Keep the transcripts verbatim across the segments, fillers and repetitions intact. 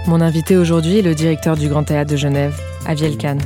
Mon invité aujourd'hui est le directeur du Grand Théâtre de Genève, Aviel Khan.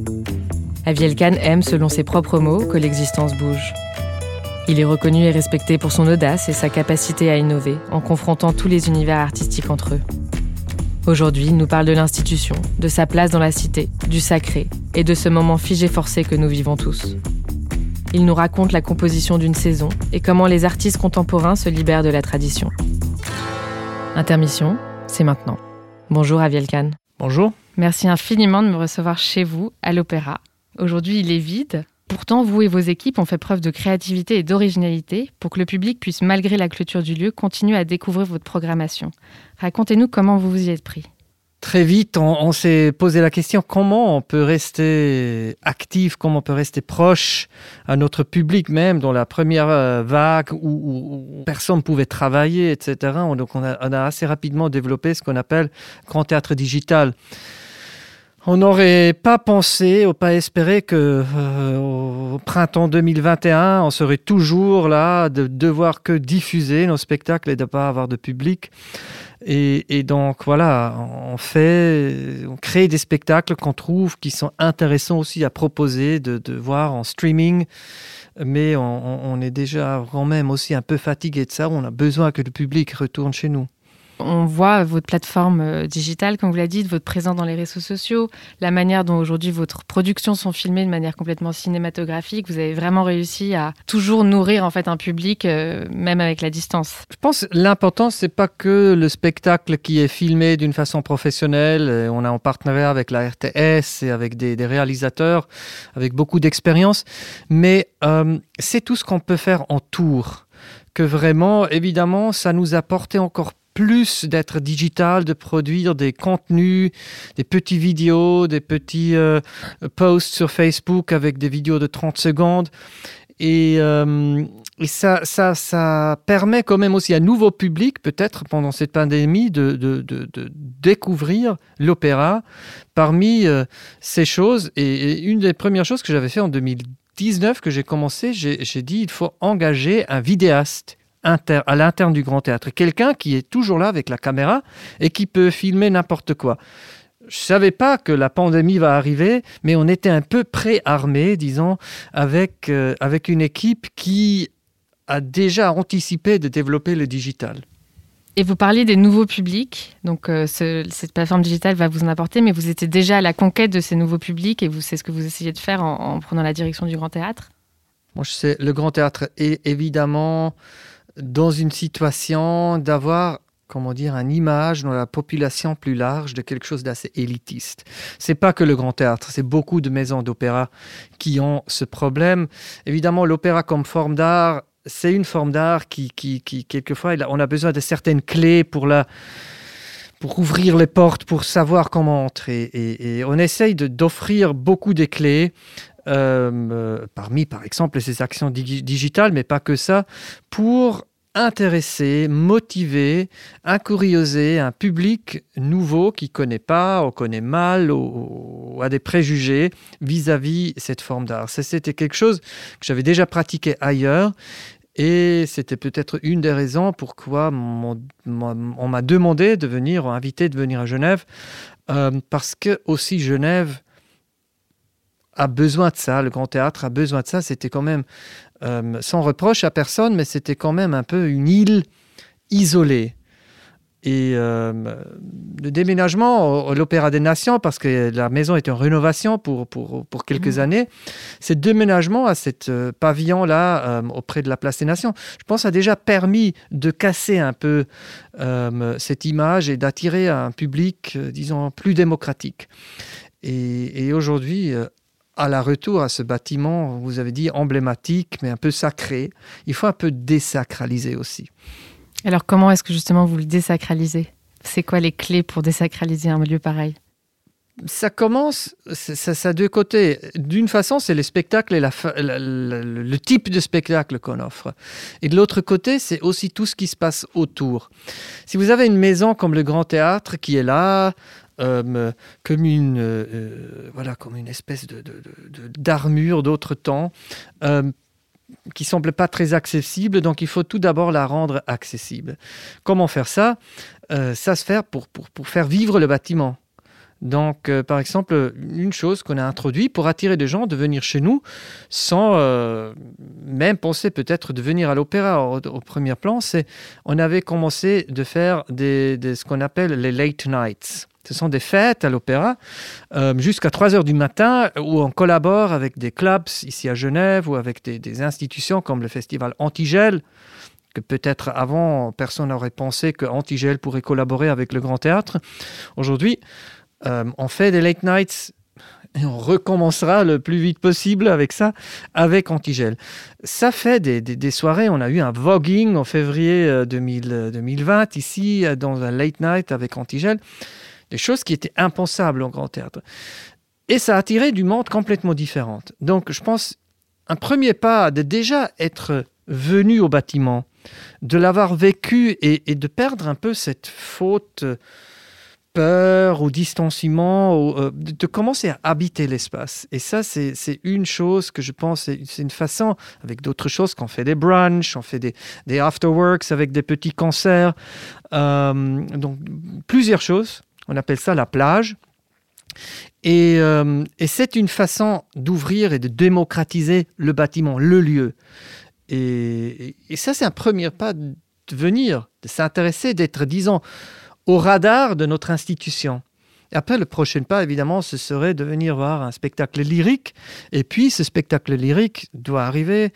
Aviel Khan aime, selon ses propres mots, que l'existence bouge. Il est reconnu et respecté pour son audace et sa capacité à innover, en confrontant tous les univers artistiques entre eux. Aujourd'hui, il nous parle de l'institution, de sa place dans la cité, du sacré et de ce moment figé forcé que nous vivons tous. Il nous raconte la composition d'une saison et comment les artistes contemporains se libèrent de la tradition. Intermission, c'est maintenant. Bonjour Aviel Khan. Bonjour. Merci infiniment de me recevoir chez vous, à l'Opéra. Aujourd'hui, il est vide. Pourtant, vous et vos équipes ont fait preuve de créativité et d'originalité pour que le public puisse, malgré la clôture du lieu, continuer à découvrir votre programmation. Racontez-nous comment vous vous y êtes pris. Très vite, on, on s'est posé la question comment on peut rester actif, comment on peut rester proche à notre public même dans la première vague où, où, où personne ne pouvait travailler, et cetera. Donc on a, on a assez rapidement développé ce qu'on appelle Grand Théâtre Digital. On n'aurait pas pensé ou pas espéré qu'au euh, printemps deux mille vingt et un, on serait toujours là, de devoir que diffuser nos spectacles et de ne pas avoir de public. Et, et donc voilà, on fait, on crée des spectacles qu'on trouve qui sont intéressants aussi à proposer, de, de voir en streaming. Mais on, on est déjà quand même aussi un peu fatigué de ça. On a besoin que le public retourne chez nous. On voit votre plateforme digitale, comme vous l'avez dit, votre présence dans les réseaux sociaux, la manière dont aujourd'hui votre productions sont filmées de manière complètement cinématographique. Vous avez vraiment réussi à toujours nourrir en fait un public, euh, même avec la distance. Je pense que l'important, c'est pas que le spectacle qui est filmé d'une façon professionnelle. On est en partenariat avec la R T S et avec des, des réalisateurs, avec beaucoup d'expérience. Mais euh, c'est tout ce qu'on peut faire en tour. Que vraiment, évidemment, ça nous a apporté encore plus d'être digital, de produire des contenus, des petits vidéos, des petits euh, posts sur Facebook avec des vidéos de trente secondes. Et, euh, et ça, ça, ça permet quand même aussi à un nouveau public, peut-être pendant cette pandémie, de, de, de, de découvrir l'opéra parmi euh, ces choses. Et, et une des premières choses que j'avais fait en deux mille dix-neuf, que j'ai commencé, j'ai, j'ai dit il faut engager un vidéaste. Inter, à l'interne du Grand Théâtre, quelqu'un qui est toujours là avec la caméra et qui peut filmer n'importe quoi. Je ne savais pas que la pandémie va arriver, mais on était un peu pré-armés, disons, avec, euh, avec une équipe qui a déjà anticipé de développer le digital. Et vous parliez des nouveaux publics, donc euh, ce, cette plateforme digitale va vous en apporter, mais vous étiez déjà à la conquête de ces nouveaux publics et vous, c'est ce que vous essayez de faire en, en prenant la direction du Grand Théâtre. Moi, je sais, le Grand Théâtre est évidemment dans une situation d'avoir, comment dire, une image dans la population plus large de quelque chose d'assez élitiste. C'est pas que le Grand Théâtre, c'est beaucoup de maisons d'opéra qui ont ce problème. Évidemment, l'opéra comme forme d'art, c'est une forme d'art qui, qui, qui quelquefois, on a besoin de certaines clés pour la... pour ouvrir les portes, pour savoir comment entrer. Et, et on essaye de, d'offrir beaucoup de clés, euh, euh, parmi, par exemple, ces actions dig- digitales, mais pas que ça, pour intéresser, motiver, incurioser un public nouveau qui ne connaît pas, ou connaît mal, ou, ou a des préjugés vis-à-vis de cette forme d'art. Ça, c'était quelque chose que j'avais déjà pratiqué ailleurs. Et c'était peut-être une des raisons pourquoi mon, mon, on m'a demandé de venir, on m'a invité de venir à Genève, euh, parce que aussi Genève a besoin de ça, le Grand Théâtre a besoin de ça. C'était quand même, euh, sans reproche à personne, mais c'était quand même un peu une île isolée. Et euh, le déménagement à l'Opéra des Nations, parce que la maison était en rénovation pour, pour, pour quelques mmh. années, ce déménagement à cet euh, pavillon-là euh, auprès de la Place des Nations, je pense a déjà permis de casser un peu euh, cette image et d'attirer un public, euh, disons, plus démocratique. Et, et aujourd'hui, euh, à la retour à ce bâtiment, vous avez dit emblématique, mais un peu sacré, il faut un peu désacraliser aussi. Alors, comment est-ce que justement vous le désacralisez ? C'est quoi les clés pour désacraliser un lieu pareil ? Ça commence, ça, ça a deux côtés. D'une façon, c'est les spectacles et la, la, la, le type de spectacle qu'on offre. Et de l'autre côté, c'est aussi tout ce qui se passe autour. Si vous avez une maison comme le Grand Théâtre qui est là, euh, comme, une, euh, voilà, comme une espèce de, de, de, d'armure d'autre temps, euh, qui semble pas très accessible, donc il faut tout d'abord la rendre accessible. Comment faire ça ? euh, Ça se fait pour, pour, pour faire vivre le bâtiment. Donc, euh, par exemple, une chose qu'on a introduite pour attirer des gens de venir chez nous sans euh, même penser peut-être de venir à l'opéra au, au premier plan, c'est on avait commencé de faire des, des, ce qu'on appelle les late nights. Ce sont des fêtes à l'opéra euh, jusqu'à trois heures du matin où on collabore avec des clubs ici à Genève ou avec des, des institutions comme le festival Antigel, que peut-être avant personne n'aurait pensé que Antigel pourrait collaborer avec le Grand Théâtre. Aujourd'hui, Euh, on fait des late nights et on recommencera le plus vite possible avec ça, avec Antigel. Ça fait des, des, des soirées. On a eu un voguing en février deux mille vingt ici dans un late night avec Antigel. Des choses qui étaient impensables au Grand Théâtre. Et ça a attiré du monde complètement différent. Donc je pense un premier pas de déjà être venu au bâtiment, de l'avoir vécu et, et de perdre un peu cette faute peur ou distanciement, ou, euh, de, de commencer à habiter l'espace. Et ça, c'est, c'est une chose que je pense, c'est, c'est une façon, avec d'autres choses, qu'on fait des brunchs, on fait des, des afterworks avec des petits concerts. Euh, donc, plusieurs choses. On appelle ça la plage. Et, euh, et c'est une façon d'ouvrir et de démocratiser le bâtiment, le lieu. Et, et ça, c'est un premier pas de venir, de s'intéresser, d'être, disons, au radar de notre institution. Et après, le prochain pas, évidemment, ce serait de venir voir un spectacle lyrique. Et puis, ce spectacle lyrique doit arriver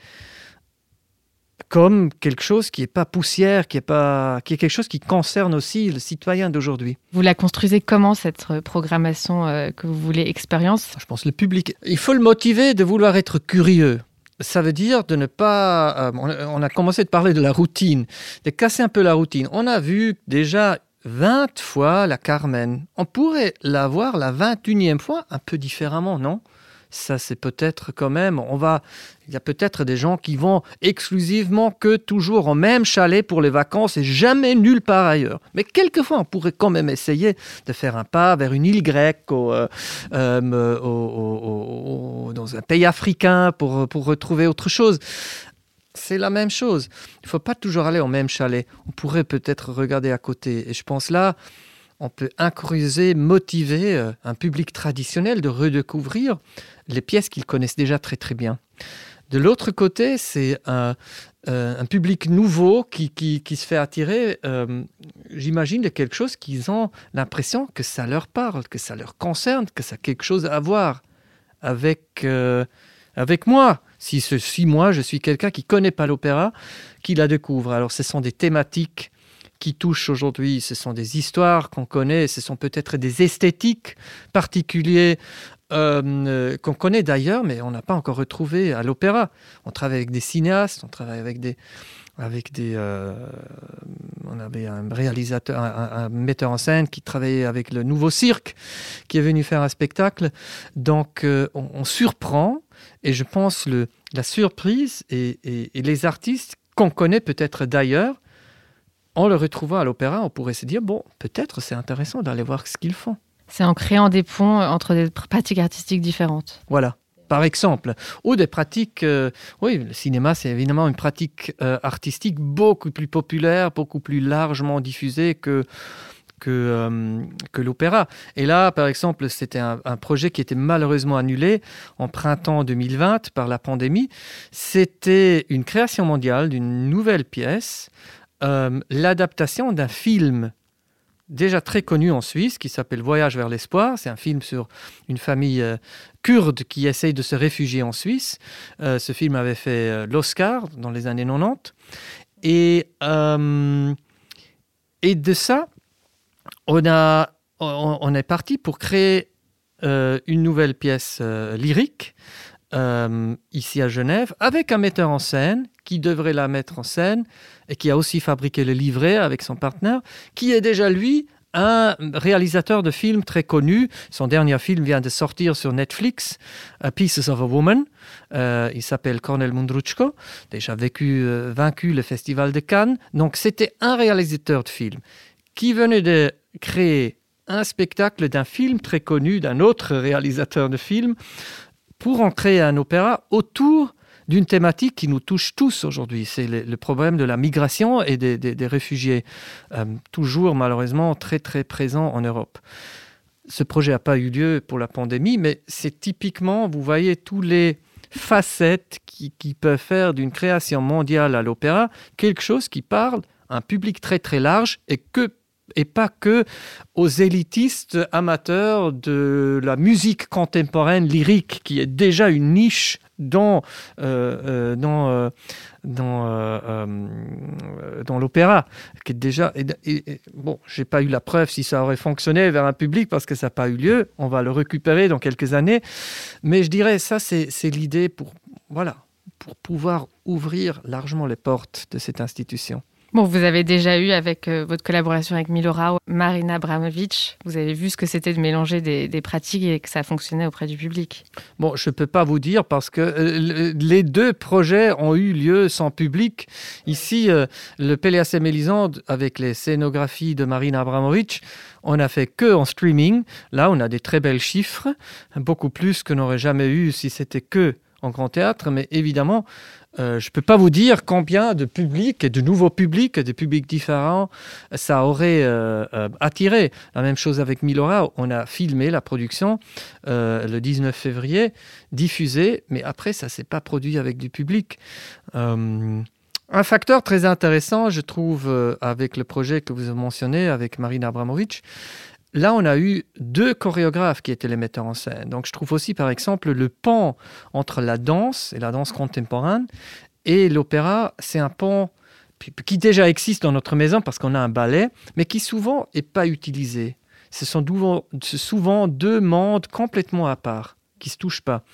comme quelque chose qui n'est pas poussière, qui est, pas, qui est quelque chose qui concerne aussi le citoyen d'aujourd'hui. Vous la construisez comment, cette programmation euh, que vous voulez expérience ? Je pense le public. Il faut le motiver de vouloir être curieux. Ça veut dire de ne pas... Euh, on a commencé de parler de la routine, de casser un peu la routine. On a vu déjà vingt fois la Carmen. On pourrait la voir la vingt et unième fois un peu différemment, non ? Ça, c'est peut-être quand même... On va, il y a peut-être des gens qui vont exclusivement que toujours au même chalet pour les vacances et jamais nulle part ailleurs. Mais quelquefois, on pourrait quand même essayer de faire un pas vers une île grecque, au, euh, euh, au, au, au, dans un pays africain pour, pour retrouver autre chose. C'est la même chose. Il ne faut pas toujours aller au même chalet. On pourrait peut-être regarder à côté. Et je pense là, on peut encourager, motiver euh, un public traditionnel de redécouvrir les pièces qu'ils connaissent déjà très très bien. De l'autre côté, c'est un, euh, un public nouveau qui, qui, qui se fait attirer, euh, j'imagine, de quelque chose qu'ils ont l'impression que ça leur parle, que ça leur concerne, que ça a quelque chose à voir avec, euh, avec moi. Si, ce, si moi, je suis quelqu'un qui ne connaît pas l'opéra, qui la découvre. Alors, ce sont des thématiques qui touchent aujourd'hui, ce sont des histoires qu'on connaît, ce sont peut-être des esthétiques particulières euh, qu'on connaît d'ailleurs, mais on n'a pas encore retrouvé à l'opéra. On travaille avec des cinéastes, on travaille avec des... Avec des euh, on avait un réalisateur, un, un metteur en scène qui travaillait avec le Nouveau Cirque, qui est venu faire un spectacle. Donc, euh, on, on surprend, et je pense le, la surprise et, et, et les artistes qu'on connaît peut-être d'ailleurs, en le retrouvant à l'opéra, on pourrait se dire, bon, peut-être c'est intéressant d'aller voir ce qu'ils font. C'est en créant des ponts entre des pratiques artistiques différentes. Voilà. Par exemple, ou des pratiques... Euh, oui, le cinéma, c'est évidemment une pratique euh, artistique beaucoup plus populaire, beaucoup plus largement diffusée que, que, euh, que l'opéra. Et là, par exemple, c'était un, un projet qui était malheureusement annulé en printemps deux mille vingt par la pandémie. C'était une création mondiale d'une nouvelle pièce, euh, l'adaptation d'un film déjà très connu en Suisse, qui s'appelle Voyage vers l'espoir. C'est un film sur une famille euh, kurde qui essaye de se réfugier en Suisse. Euh, ce film avait fait euh, l'Oscar dans les années quatre-vingt-dix. Et, euh, et de ça, on, a, on, on est parti pour créer euh, une nouvelle pièce euh, lyrique euh, ici à Genève, avec un metteur en scène qui devrait la mettre en scène et qui a aussi fabriqué le livret avec son partenaire, qui est déjà, lui, un réalisateur de films très connu. Son dernier film vient de sortir sur Netflix, A Pieces of a Woman. Euh, il s'appelle Kornél Mundruczko, déjà vécu, euh, vaincu le Festival de Cannes. Donc, c'était un réalisateur de films qui venait de créer un spectacle d'un film très connu d'un autre réalisateur de films pour en créer un opéra autour d'une thématique qui nous touche tous aujourd'hui. C'est le, le problème de la migration et des, des, des réfugiés, euh, toujours malheureusement très très présent en Europe. Ce projet n'a pas eu lieu pour la pandémie, mais c'est typiquement, vous voyez, tous les facettes qui, qui peuvent faire d'une création mondiale à l'opéra quelque chose qui parle à un public très très large et que et pas que aux élitistes amateurs de la musique contemporaine lyrique, qui est déjà une niche dans, euh, euh, dans, euh, dans, euh, euh, dans l'opéra. Qui est déjà, et, et, et, bon, je n'ai pas eu la preuve si ça aurait fonctionné vers un public, parce que ça n'a pas eu lieu. On va le récupérer dans quelques années. Mais je dirais, ça, c'est, c'est l'idée pour, voilà, pour pouvoir ouvrir largement les portes de cette institution. Bon, vous avez déjà eu, avec euh, votre collaboration avec Milorad, Marina Abramovic, vous avez vu ce que c'était de mélanger des, des pratiques et que ça fonctionnait auprès du public. Bon, je ne peux pas vous dire parce que euh, les deux projets ont eu lieu sans public. Ici, euh, le Pelléas et Mélisande, avec les scénographies de Marina Abramovic, on n'a fait que en streaming. Là, on a des très belles chiffres, beaucoup plus que n'aurait jamais eu si c'était que en grand théâtre, mais évidemment, euh, je ne peux pas vous dire combien de publics et de nouveaux publics, de publics différents, ça aurait euh, euh, attiré. La même chose avec Milorad, on a filmé la production euh, le dix-neuf février, diffusé, mais après, ça ne s'est pas produit avec du public. Euh, un facteur très intéressant, je trouve, euh, avec le projet que vous avez mentionné, avec Marina Abramovic, là, on a eu deux chorégraphes qui étaient les metteurs en scène. Donc, je trouve aussi, par exemple, le pont entre la danse et la danse contemporaine et l'opéra, c'est un pont qui déjà existe dans notre maison parce qu'on a un ballet, mais qui souvent n'est pas utilisé. Ce sont souvent deux mondes complètement à part, qui ne se touchent pas.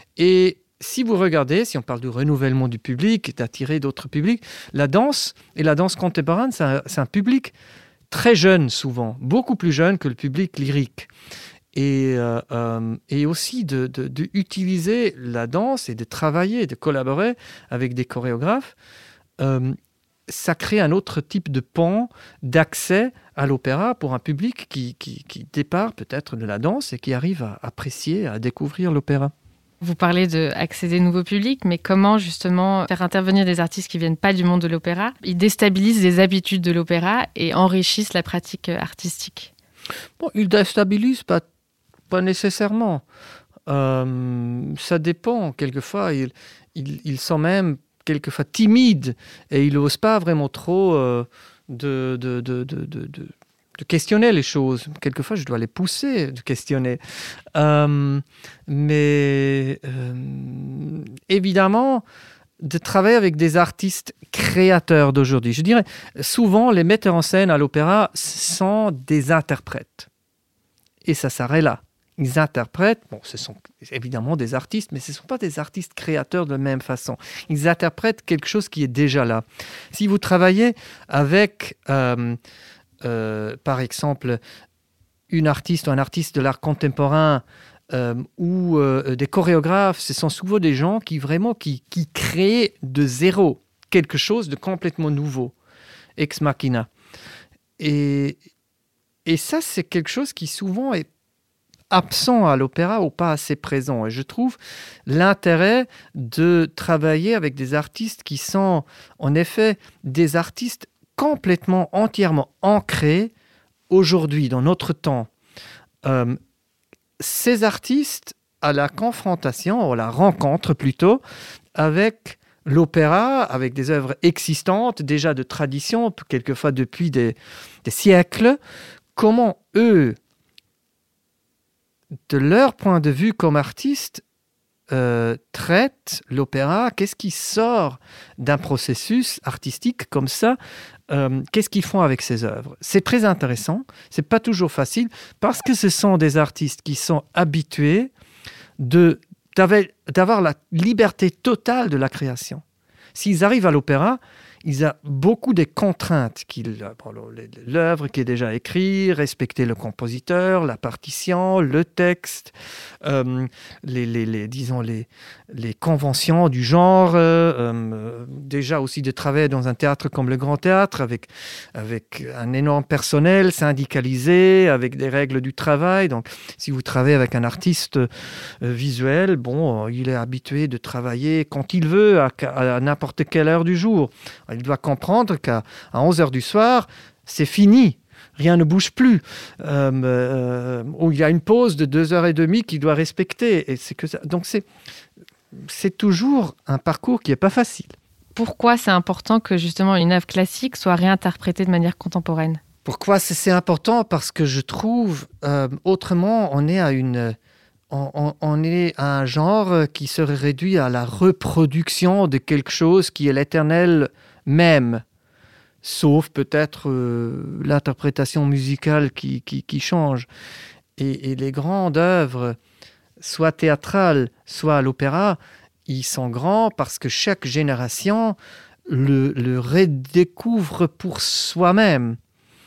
Et si vous regardez, si on parle du renouvellement du public, d'attirer d'autres publics, la danse et la danse contemporaine, c'est un, c'est un public très jeune souvent, beaucoup plus jeune que le public lyrique. Et, euh, euh, et aussi de, de, de utiliser la danse et de travailler, de collaborer avec des chorégraphes, euh, ça crée un autre type de pont d'accès à l'opéra pour un public qui, qui, qui départ peut-être de la danse et qui arrive à apprécier, à découvrir l'opéra. Vous parlez d'accéder nouveaux publics, mais comment justement faire intervenir des artistes qui ne viennent pas du monde de l'opéra? Ils déstabilisent les habitudes de l'opéra et enrichissent la pratique artistique. Bon, ils ne déstabilisent pas, pas nécessairement. Euh, ça dépend. Quelquefois, ils, ils, ils sont même quelquefois timides et ils n'osent pas vraiment trop euh, de... de, de, de, de, de de questionner les choses. Quelquefois, je dois les pousser de questionner. Euh, mais euh, évidemment, de travailler avec des artistes créateurs d'aujourd'hui. Je dirais, souvent, les metteurs en scène à l'opéra sont des interprètes. Et ça s'arrête là. Ils interprètent, bon, ce sont évidemment des artistes, mais ce ne sont pas des artistes créateurs de la même façon. Ils interprètent quelque chose qui est déjà là. Si vous travaillez avec... Euh, Euh, par exemple, une artiste ou un artiste de l'art contemporain euh, ou euh, des chorégraphes, ce sont souvent des gens qui vraiment qui, qui créent de zéro quelque chose de complètement nouveau, ex machina. Et, et ça, c'est quelque chose qui souvent est absent à l'opéra ou pas assez présent. Et je trouve l'intérêt de travailler avec des artistes qui sont en effet des artistes complètement, entièrement ancré aujourd'hui, dans notre temps. Euh, ces artistes, à la confrontation, ou à la rencontre plutôt, avec l'opéra, avec des œuvres existantes, déjà de tradition, quelquefois depuis des, des siècles, comment eux, de leur point de vue comme artistes, Euh, traite l'opéra, qu'est-ce qui sort d'un processus artistique comme ça, euh, qu'est-ce qu'ils font avec ces œuvres. C'est très intéressant, c'est pas toujours facile, parce que ce sont des artistes qui sont habitués de, d'avoir la liberté totale de la création. S'ils arrivent à l'opéra, il a beaucoup de contraintes. Qu'il, bon, l'œuvre qui est déjà écrite, respecter le compositeur, la partition, le texte, euh, les, les, les, disons les, les conventions du genre, euh, euh, déjà aussi de travailler dans un théâtre comme le Grand Théâtre, avec, avec un énorme personnel syndicalisé, avec des règles du travail. Donc, si vous travaillez avec un artiste euh, visuel, bon, il est habitué de travailler quand il veut, à, à n'importe quelle heure du jour. Il doit comprendre qu'à à onze heures du soir, c'est fini. Rien ne bouge plus. Euh, euh, ou il y a une pause de deux heures et demie qu'il doit respecter. Et c'est que ça. Donc, c'est, c'est toujours un parcours qui n'est pas facile. Pourquoi c'est important que justement une œuvre classique soit réinterprétée de manière contemporaine ? Pourquoi c'est, c'est important ? Parce que je trouve, euh, autrement, on est à une... On, on, on est à un genre qui serait réduit à la reproduction de quelque chose qui est l'éternel même, sauf peut-être euh, l'interprétation musicale qui, qui, qui change. Et, et les grandes œuvres, soit théâtrales, soit à l'opéra, ils sont grands parce que chaque génération le, le redécouvre pour soi-même.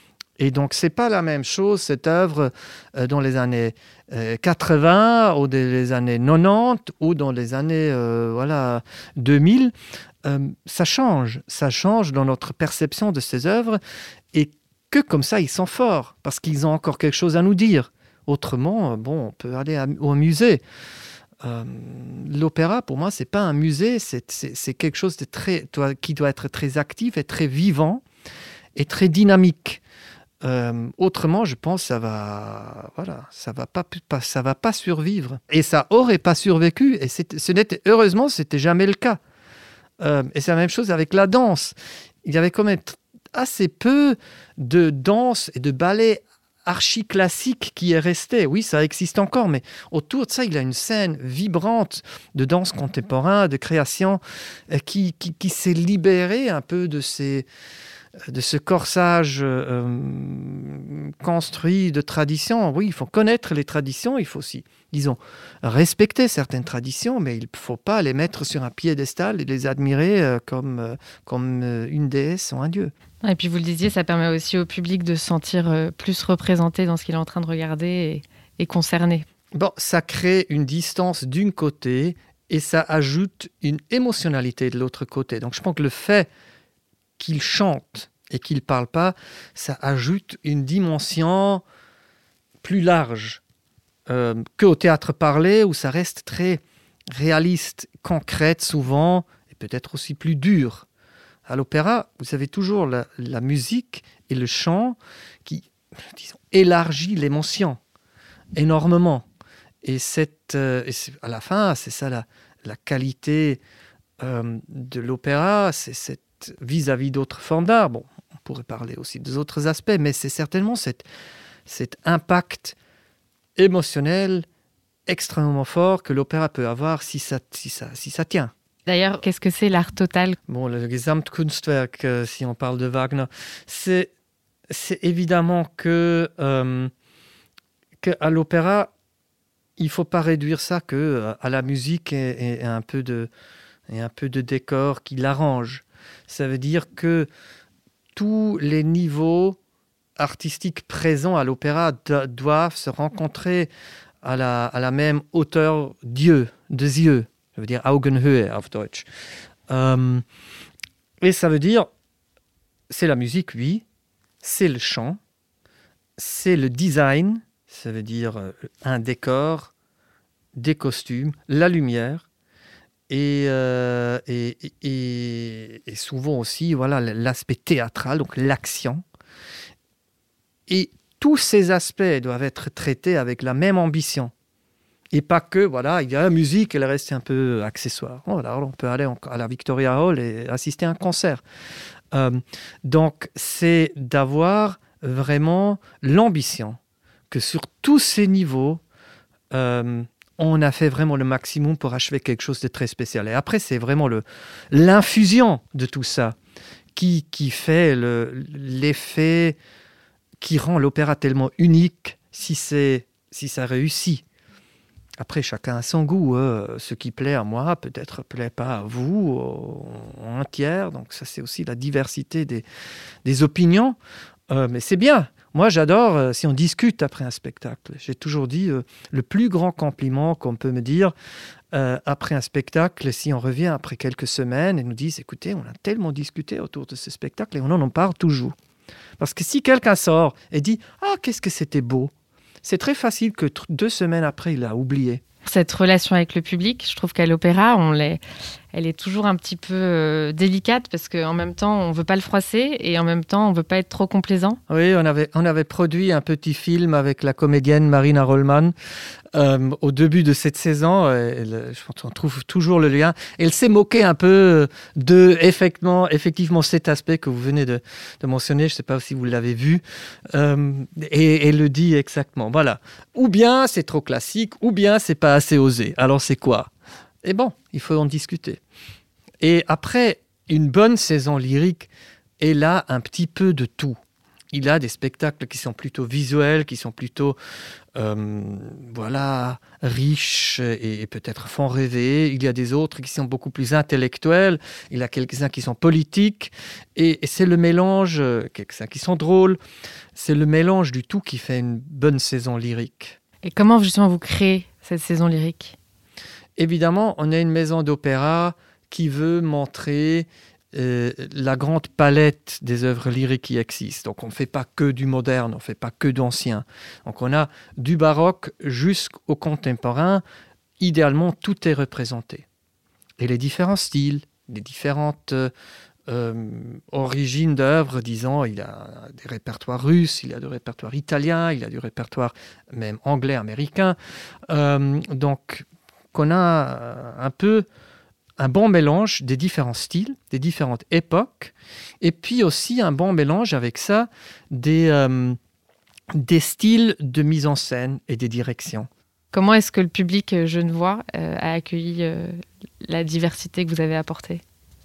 Et donc, ce n'est pas la même chose, cette œuvre, euh, dans les années euh, quatre-vingts ou dans les années quatre-vingt-dix ou dans les années euh, voilà, deux mille. Euh, ça change. Ça change dans notre perception de ces œuvres et que comme ça, ils sont forts parce qu'ils ont encore quelque chose à nous dire. Autrement, bon, on peut aller à, au musée. Euh, l'opéra, pour moi, ce n'est pas un musée, c'est, c'est, c'est quelque chose de très, qui doit être très actif et très vivant et très dynamique. Euh, autrement, je pense que ça va, voilà, ça va pas, pas, ça va pas survivre. Et ça aurait pas survécu. Et ce n'était, heureusement, c'était jamais le cas. Euh, et c'est la même chose avec la danse. Il y avait quand même assez peu de danse et de ballet archi-classique qui est resté. Oui, ça existe encore, mais autour de ça, il y a une scène vibrante de danse contemporaine, de création, euh, qui, qui, qui s'est libérée un peu de ces... de ce corsage euh, construit de traditions. Oui, il faut connaître les traditions, il faut aussi, disons, respecter certaines traditions, mais il ne faut pas les mettre sur un piédestal et les admirer euh, comme, euh, comme euh, une déesse ou un dieu. Et puis vous le disiez, ça permet aussi au public de se sentir euh, plus représenté dans ce qu'il est en train de regarder et, et concerné. Bon, ça crée une distance d'un côté et ça ajoute une émotionnalité de l'autre côté. Donc je pense que le fait qu'il chante et qu'il ne parle pas, ça ajoute une dimension plus large euh, qu'au théâtre parlé, où ça reste très réaliste, concrète souvent, et peut-être aussi plus dur. À l'opéra, vous avez toujours la, la musique et le chant qui, disons, élargit l'émotion énormément. Et, cette, euh, et à la fin, c'est ça la, la qualité euh, de l'opéra, c'est cette vis-à-vis d'autres formes d'art. Bon, on pourrait parler aussi des autres aspects, mais c'est certainement cette, cet impact émotionnel extrêmement fort que l'opéra peut avoir si ça, si ça, si ça tient. D'ailleurs, qu'est-ce que c'est l'art total ? Bon, le Gesamtkunstwerk, euh, si on parle de Wagner, c'est, c'est évidemment que, euh, qu'à l'opéra, il ne faut pas réduire ça que à la musique et, et, un peu de, et un peu de décor qui l'arrange. Ça veut dire que tous les niveaux artistiques présents à l'opéra do- doivent se rencontrer à la, à la même hauteur d'yeux, des yeux. Ça veut dire Augenhöhe auf Deutsch. Euh, et ça veut dire, c'est la musique, oui, c'est le chant, c'est le design, ça veut dire un décor, des costumes, la lumière, Et, euh, et, et, et souvent aussi voilà, l'aspect théâtral, donc l'action. Et tous ces aspects doivent être traités avec la même ambition. Et pas que, voilà, il y a la musique, elle reste un peu accessoire. Voilà, on peut aller à la Victoria Hall et assister à un concert. Euh, donc, c'est d'avoir vraiment l'ambition que sur tous ces niveaux, euh, on a fait vraiment le maximum pour achever quelque chose de très spécial. Et après, c'est vraiment le, l'infusion de tout ça qui, qui fait le, l'effet qui rend l'opéra tellement unique si, c'est, si ça réussit. Après, chacun a son goût. Euh, ce qui plaît à moi, peut-être plaît pas à vous, en un tiers. Donc ça, c'est aussi la diversité des, des opinions. Euh, mais c'est bien. Moi, j'adore euh, si on discute après un spectacle. J'ai toujours dit, euh, le plus grand compliment qu'on peut me dire euh, après un spectacle, si on revient après quelques semaines et nous disent, écoutez, on a tellement discuté autour de ce spectacle et on en parle toujours. Parce que si quelqu'un sort et dit, ah, qu'est-ce que c'était beau, c'est très facile que t- deux semaines après, il a oublié. Cette relation avec le public, je trouve qu'à l'opéra, on l'est, elle est toujours un petit peu euh, délicate parce qu'en même temps, on ne veut pas le froisser et en même temps, on ne veut pas être trop complaisant. Oui, on avait, on avait produit un petit film avec la comédienne Marina Rollman euh, au début de cette saison. Elle, je pense qu'on trouve toujours le lien. Elle s'est moquée un peu de effectivement, effectivement cet aspect que vous venez de, de mentionner. Je ne sais pas si vous l'avez vu. Euh, et elle le dit exactement. Voilà. Ou bien c'est trop classique, ou bien c'est pas assez osé. Alors c'est quoi ? Et bon, il faut en discuter. Et après, une bonne saison lyrique, elle a un petit peu de tout. Il a des spectacles qui sont plutôt visuels, qui sont plutôt euh, voilà, riches et, et peut-être font rêver. Il y a des autres qui sont beaucoup plus intellectuels. Il y a quelques-uns qui sont politiques. Et, et c'est le mélange, quelques-uns qui sont drôles. C'est le mélange du tout qui fait une bonne saison lyrique. Et comment justement vous créez cette saison lyrique ? Évidemment, on est une maison d'opéra qui veut montrer euh, la grande palette des œuvres lyriques qui existent. Donc, on ne fait pas que du moderne, on ne fait pas que d'ancien. Donc, on a du baroque jusqu'au contemporain. Idéalement, tout est représenté. Et les différents styles, les différentes euh, euh, origines d'œuvres, disons, il y a des répertoires russes, il y a du répertoire italien, il y a du répertoire même anglais, américain. Euh, donc, qu'on a un peu un bon mélange des différents styles, des différentes époques, et puis aussi un bon mélange avec ça des, euh, des styles de mise en scène et des directions. Comment est-ce que le public genevois euh, a accueilli euh, la diversité que vous avez apportée ?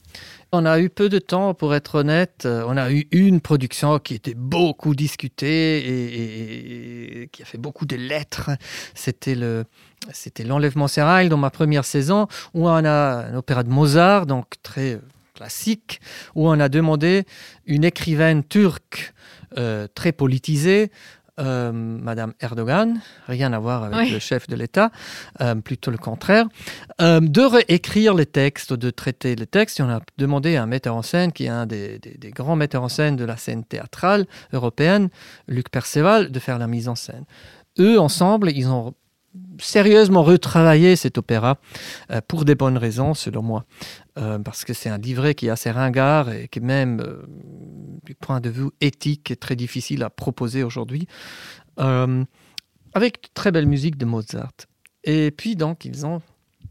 On a eu peu de temps, pour être honnête. On a eu une production qui était beaucoup discutée et, et, et qui a fait beaucoup de lettres. C'était, le, c'était l'Enlèvement Sérail dans ma première saison, où on a un opéra de Mozart, donc très classique, où on a demandé une écrivaine turque euh, très politisée, Euh, Madame Erdogan, rien à voir avec oui. le chef de l'État, euh, plutôt le contraire, euh, de réécrire les textes, de traiter les textes. Et on a demandé à un metteur en scène, qui est un des, des, des grands metteurs en scène de la scène théâtrale européenne, Luc Perceval, de faire la mise en scène. Eux, ensemble, ils ont sérieusement retravaillé cet opéra euh, pour des bonnes raisons, selon moi. Euh, parce que c'est un livret qui est assez ringard et qui même, euh, du point de vue éthique, est très difficile à proposer aujourd'hui, euh, avec de très belle musique de Mozart. Et puis donc, ils ont,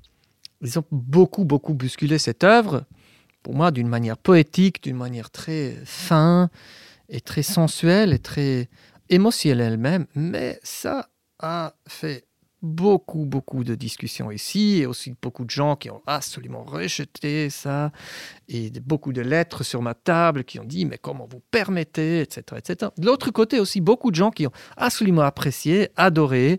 ils ont beaucoup, beaucoup bousculé cette œuvre, pour moi, d'une manière poétique, d'une manière très fine et très sensuelle et très émotionnelle même, mais ça a fait beaucoup, beaucoup de discussions ici et aussi beaucoup de gens qui ont absolument rejeté ça et beaucoup de lettres sur ma table qui ont dit « mais comment vous permettez ?» et cetera, et cetera. De l'autre côté aussi, beaucoup de gens qui ont absolument apprécié, adoré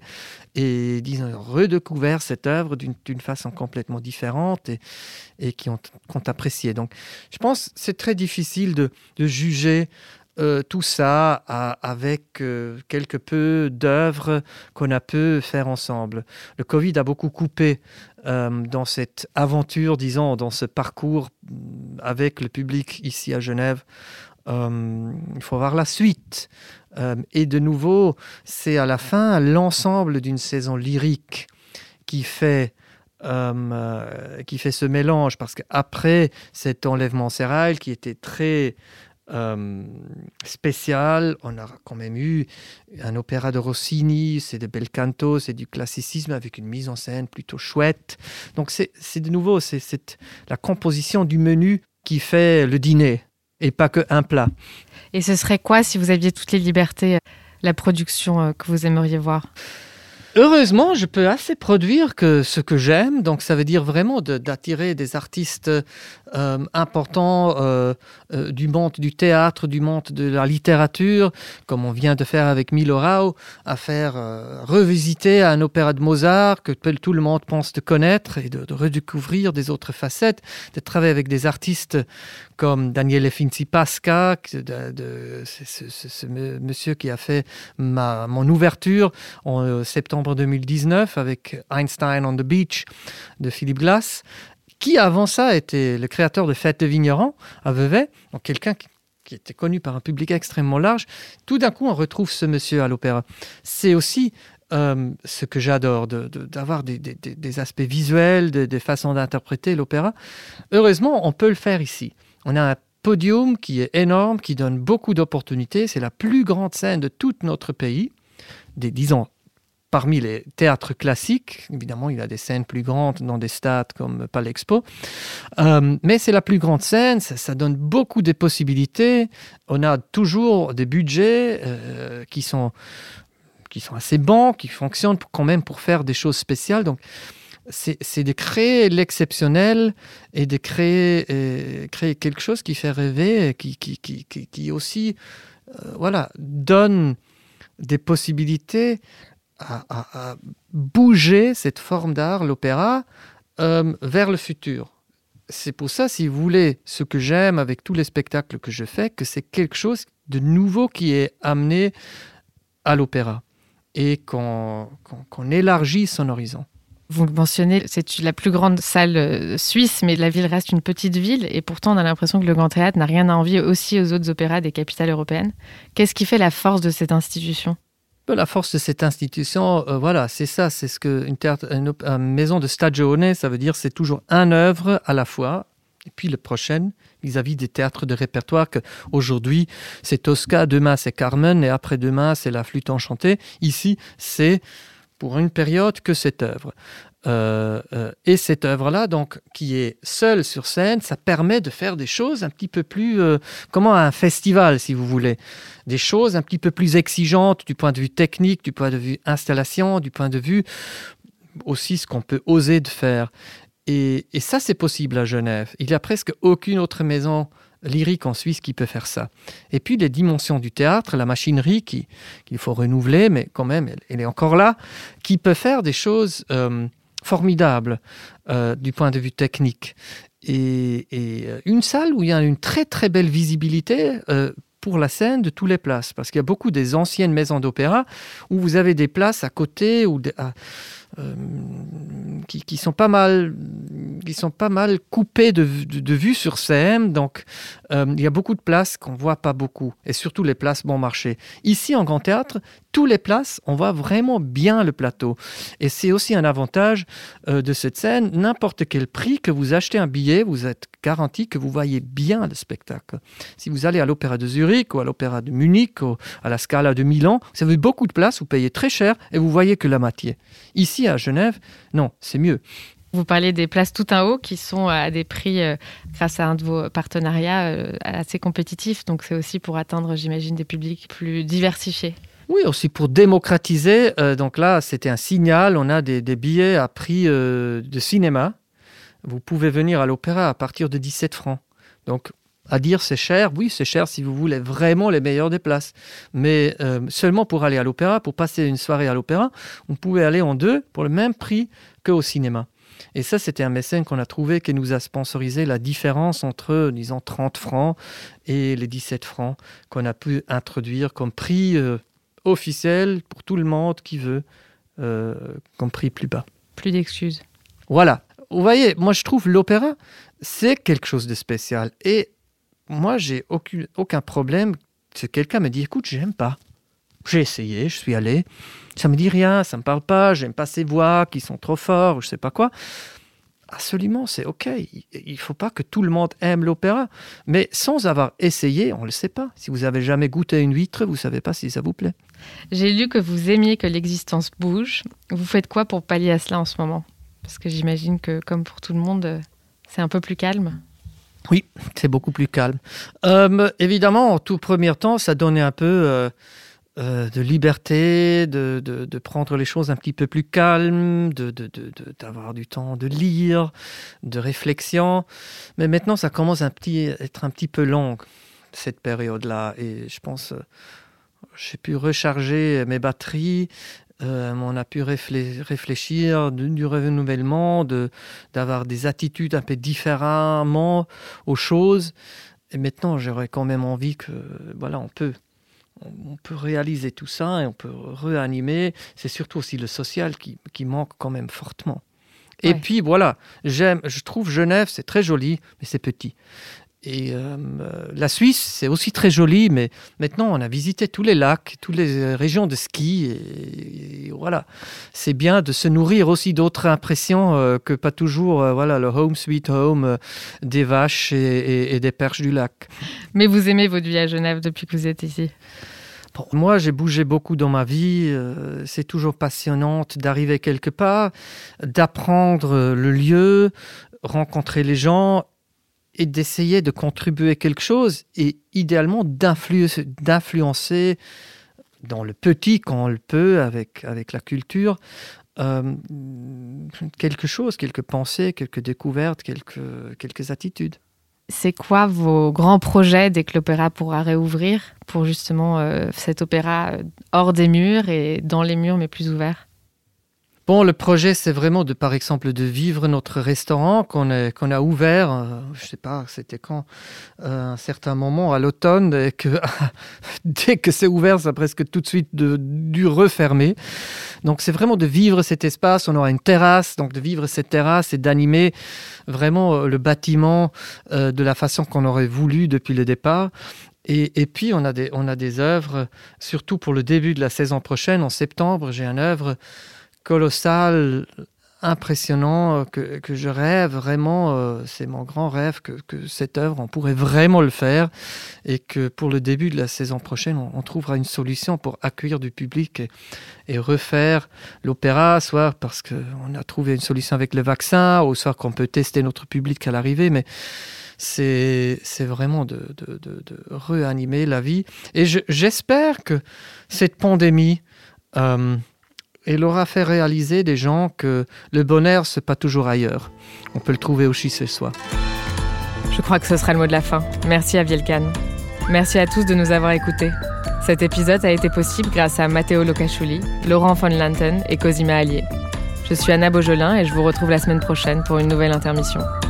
et disons, redécouvert cette œuvre d'une, d'une façon complètement différente et, et qui ont, qui ont apprécié. Donc, je pense que c'est très difficile de, de juger Euh, tout ça à, avec euh, quelque peu d'œuvres qu'on a pu faire ensemble. Le Covid a beaucoup coupé euh, dans cette aventure, disons, dans ce parcours avec le public ici à Genève. Euh, il faut voir la suite. Euh, et de nouveau, c'est à la fin l'ensemble d'une saison lyrique qui fait euh, qui fait ce mélange, parce qu'après cet Enlèvement Sérail qui était très Euh, spécial, on a quand même eu un opéra de Rossini, c'est de bel canto, c'est du classicisme avec une mise en scène plutôt chouette. Donc c'est, c'est de nouveau, c'est, c'est la composition du menu qui fait le dîner et pas qu'un plat. Et ce serait quoi, si vous aviez toutes les libertés, la production que vous aimeriez voir ? Heureusement, je peux assez produire que ce que j'aime. Donc, ça veut dire vraiment de, d'attirer des artistes euh, importants euh, euh, du monde du théâtre, du monde de la littérature, comme on vient de faire avec Milo Rau, à faire euh, revisiter un opéra de Mozart que tout le monde pense de connaître et de, de redécouvrir des autres facettes, de travailler avec des artistes comme Daniele Finzi-Pasca, de, de, ce, ce, ce, ce monsieur qui a fait ma, mon ouverture en euh, septembre deux mille dix-neuf avec Einstein on the Beach de Philippe Glass, qui avant ça était le créateur de Fête de Vignerons à Vevey, donc quelqu'un qui, qui était connu par un public extrêmement large. Tout d'un coup, on retrouve ce monsieur à l'opéra. C'est aussi euh, ce que j'adore, de, de, d'avoir des, des, des aspects visuels, des, des façons d'interpréter l'opéra. Heureusement, on peut le faire ici. On a un podium qui est énorme, qui donne beaucoup d'opportunités. C'est la plus grande scène de tout notre pays, des, disons, parmi les théâtres classiques. Évidemment, il y a des scènes plus grandes dans des stades comme Palexpo. Euh, mais c'est la plus grande scène, ça, ça donne beaucoup de possibilités. On a toujours des budgets euh, qui sont, qui sont assez bons, qui fonctionnent pour, quand même pour faire des choses spéciales. Donc, C'est, c'est de créer l'exceptionnel et de créer, euh, créer quelque chose qui fait rêver, qui, qui, qui, qui, qui aussi euh, voilà, donne des possibilités à, à, à bouger cette forme d'art, l'opéra, euh, vers le futur. C'est pour ça, si vous voulez, ce que j'aime avec tous les spectacles que je fais, que c'est quelque chose de nouveau qui est amené à l'opéra et qu'on, qu'on, qu'on élargit son horizon. Vous mentionnez, c'est la plus grande salle suisse, mais la ville reste une petite ville. Et pourtant, on a l'impression que le Grand Théâtre n'a rien à envier aussi aux autres opéras des capitales européennes. Qu'est-ce qui fait la force de cette institution ? La force de cette institution, euh, voilà, c'est ça. C'est ce qu'une théâtre, une, une maison de stagione, ça veut dire c'est toujours une œuvre à la fois. Et puis le prochain, vis-à-vis des théâtres de répertoire, qu'aujourd'hui, c'est Tosca, demain, c'est Carmen, et après-demain, c'est la flûte enchantée. Ici, c'est pour une période que cette œuvre. Euh, euh, et cette œuvre-là, donc, qui est seule sur scène, ça permet de faire des choses un petit peu plus, euh, comment un festival, si vous voulez, des choses un petit peu plus exigeantes du point de vue technique, du point de vue installation, du point de vue aussi ce qu'on peut oser de faire. Et, et ça, c'est possible à Genève. Il n'y a presque aucune autre maison lyrique en Suisse qui peut faire ça. Et puis les dimensions du théâtre, la machinerie qui, qu'il faut renouveler, mais quand même, elle, elle est encore là, qui peut faire des choses euh, formidables euh, du point de vue technique. Et, et une salle où il y a une très très belle visibilité euh, pour la scène de toutes les places, parce qu'il y a beaucoup des anciennes maisons d'opéra où vous avez des places à côté ou des, à, Euh, qui, qui sont pas mal qui sont pas mal coupées de, de, de vue sur scène, donc euh, il y a beaucoup de places qu'on voit pas beaucoup, et surtout les places bon marché. Ici en Grand Théâtre, toutes les places, on voit vraiment bien le plateau, et c'est aussi un avantage euh, de cette scène. N'importe quel prix que vous achetez un billet, vous êtes garanti que vous voyez bien le spectacle. Si vous allez à l'Opéra de Zurich ou à l'Opéra de Munich ou à la Scala de Milan, vous avez beaucoup de places, vous payez très cher et vous voyez que la moitié. Ici à Genève, non, c'est mieux. Vous parlez des places tout en haut qui sont à des prix euh, grâce à un de vos partenariats euh, assez compétitifs. Donc c'est aussi pour atteindre, j'imagine, des publics plus diversifiés. Oui, aussi pour démocratiser. Euh, donc là, c'était un signal. On a des, des billets à prix euh, de cinéma. Vous pouvez venir à l'opéra à partir de dix-sept francs. Donc, à dire c'est cher, oui, c'est cher si vous voulez vraiment les meilleures des places. Mais euh, seulement pour aller à l'opéra, pour passer une soirée à l'opéra, on pouvait aller en deux pour le même prix qu'au cinéma. Et ça, c'était un mécène qu'on a trouvé qui nous a sponsorisé la différence entre, disons, trente francs et les dix-sept francs qu'on a pu introduire comme prix euh, officiel pour tout le monde qui veut, euh, comme prix plus bas. Plus d'excuses. Voilà. Vous voyez, moi, je trouve l'opéra, c'est quelque chose de spécial. Et moi, j'ai aucun, aucun problème si quelqu'un me dit, écoute, j'aime pas. J'ai essayé, je suis allé. Ça me dit rien, ça me parle pas, j'aime pas ces voix qui sont trop fortes, ou je sais pas quoi. Absolument, c'est OK. Il ne faut pas que tout le monde aime l'opéra. Mais sans avoir essayé, on ne le sait pas. Si vous n'avez jamais goûté une huître, vous ne savez pas si ça vous plaît. J'ai lu que vous aimiez que l'existence bouge. Vous faites quoi pour pallier à cela en ce moment ? Parce que j'imagine que, comme pour tout le monde, c'est un peu plus calme. Oui, c'est beaucoup plus calme. Euh, évidemment, en tout premier temps, ça donnait un peu... Euh, euh, de liberté, de, de, de prendre les choses un petit peu plus calmes, de, de, de, de, d'avoir du temps de lire, de réflexion. Mais maintenant, ça commence à petit, être un petit peu long, cette période-là. Et je pense, euh, j'ai pu recharger mes batteries. Euh, on a pu réflé- réfléchir du, du renouvellement, de, d'avoir des attitudes un peu différemment aux choses. Et maintenant, j'aurais quand même envie que, voilà, on peut, on peut réaliser tout ça et on peut réanimer. C'est surtout aussi le social qui, qui manque quand même fortement. Et ouais. Puis voilà, j'aime, je trouve Genève, c'est très joli, mais c'est petit. Et euh, la Suisse, c'est aussi très joli, mais maintenant, on a visité tous les lacs, toutes les régions de ski. Et, et voilà, c'est bien de se nourrir aussi d'autres impressions euh, que pas toujours euh, voilà, le home sweet home euh, des vaches et, et, et des perches du lac. Mais vous aimez votre vie à Genève depuis que vous êtes ici ? Bon, moi, j'ai bougé beaucoup dans ma vie. Euh, c'est toujours passionnant d'arriver quelque part, d'apprendre le lieu, rencontrer les gens et d'essayer de contribuer quelque chose et idéalement d'influ- d'influencer dans le petit quand on le peut avec, avec la culture euh, quelque chose, quelques pensées, quelques découvertes, quelques, quelques attitudes. C'est quoi vos grands projets dès que l'opéra pourra réouvrir pour justement euh, cet opéra hors des murs et dans les murs mais plus ouvert ? Bon, le projet, c'est vraiment, de, par exemple, de vivre notre restaurant qu'on a, qu'on a ouvert, euh, je ne sais pas, c'était quand, euh, un certain moment, à l'automne, et que dès que c'est ouvert, ça a presque tout de suite de, dû refermer. Donc, c'est vraiment de vivre cet espace. On aura une terrasse, donc de vivre cette terrasse et d'animer vraiment le bâtiment euh, de la façon qu'on aurait voulu depuis le départ. Et, et puis, on a, des, on a des œuvres, surtout pour le début de la saison prochaine, en septembre, j'ai une œuvre colossal, impressionnant, que, que je rêve vraiment, euh, c'est mon grand rêve, que, que cette œuvre, on pourrait vraiment le faire et que pour le début de la saison prochaine, on, on trouvera une solution pour accueillir du public et, et refaire l'opéra, soit parce qu'on a trouvé une solution avec le vaccin, ou soit qu'on peut tester notre public à l'arrivée, mais c'est, c'est vraiment de, de, de, de réanimer la vie. Et je, j'espère que cette pandémie... Euh, Elle aura fait réaliser des gens que le bonheur, c'est pas toujours ailleurs. On peut le trouver aussi chez soi. Je crois que ce sera le mot de la fin. Merci Aviel Cannes. Merci à tous de nous avoir écoutés. Cet épisode a été possible grâce à Matteo Locachuli, Laurent von Lanten et Cosima Allier. Je suis Anna Beaujolin et je vous retrouve la semaine prochaine pour une nouvelle intermission.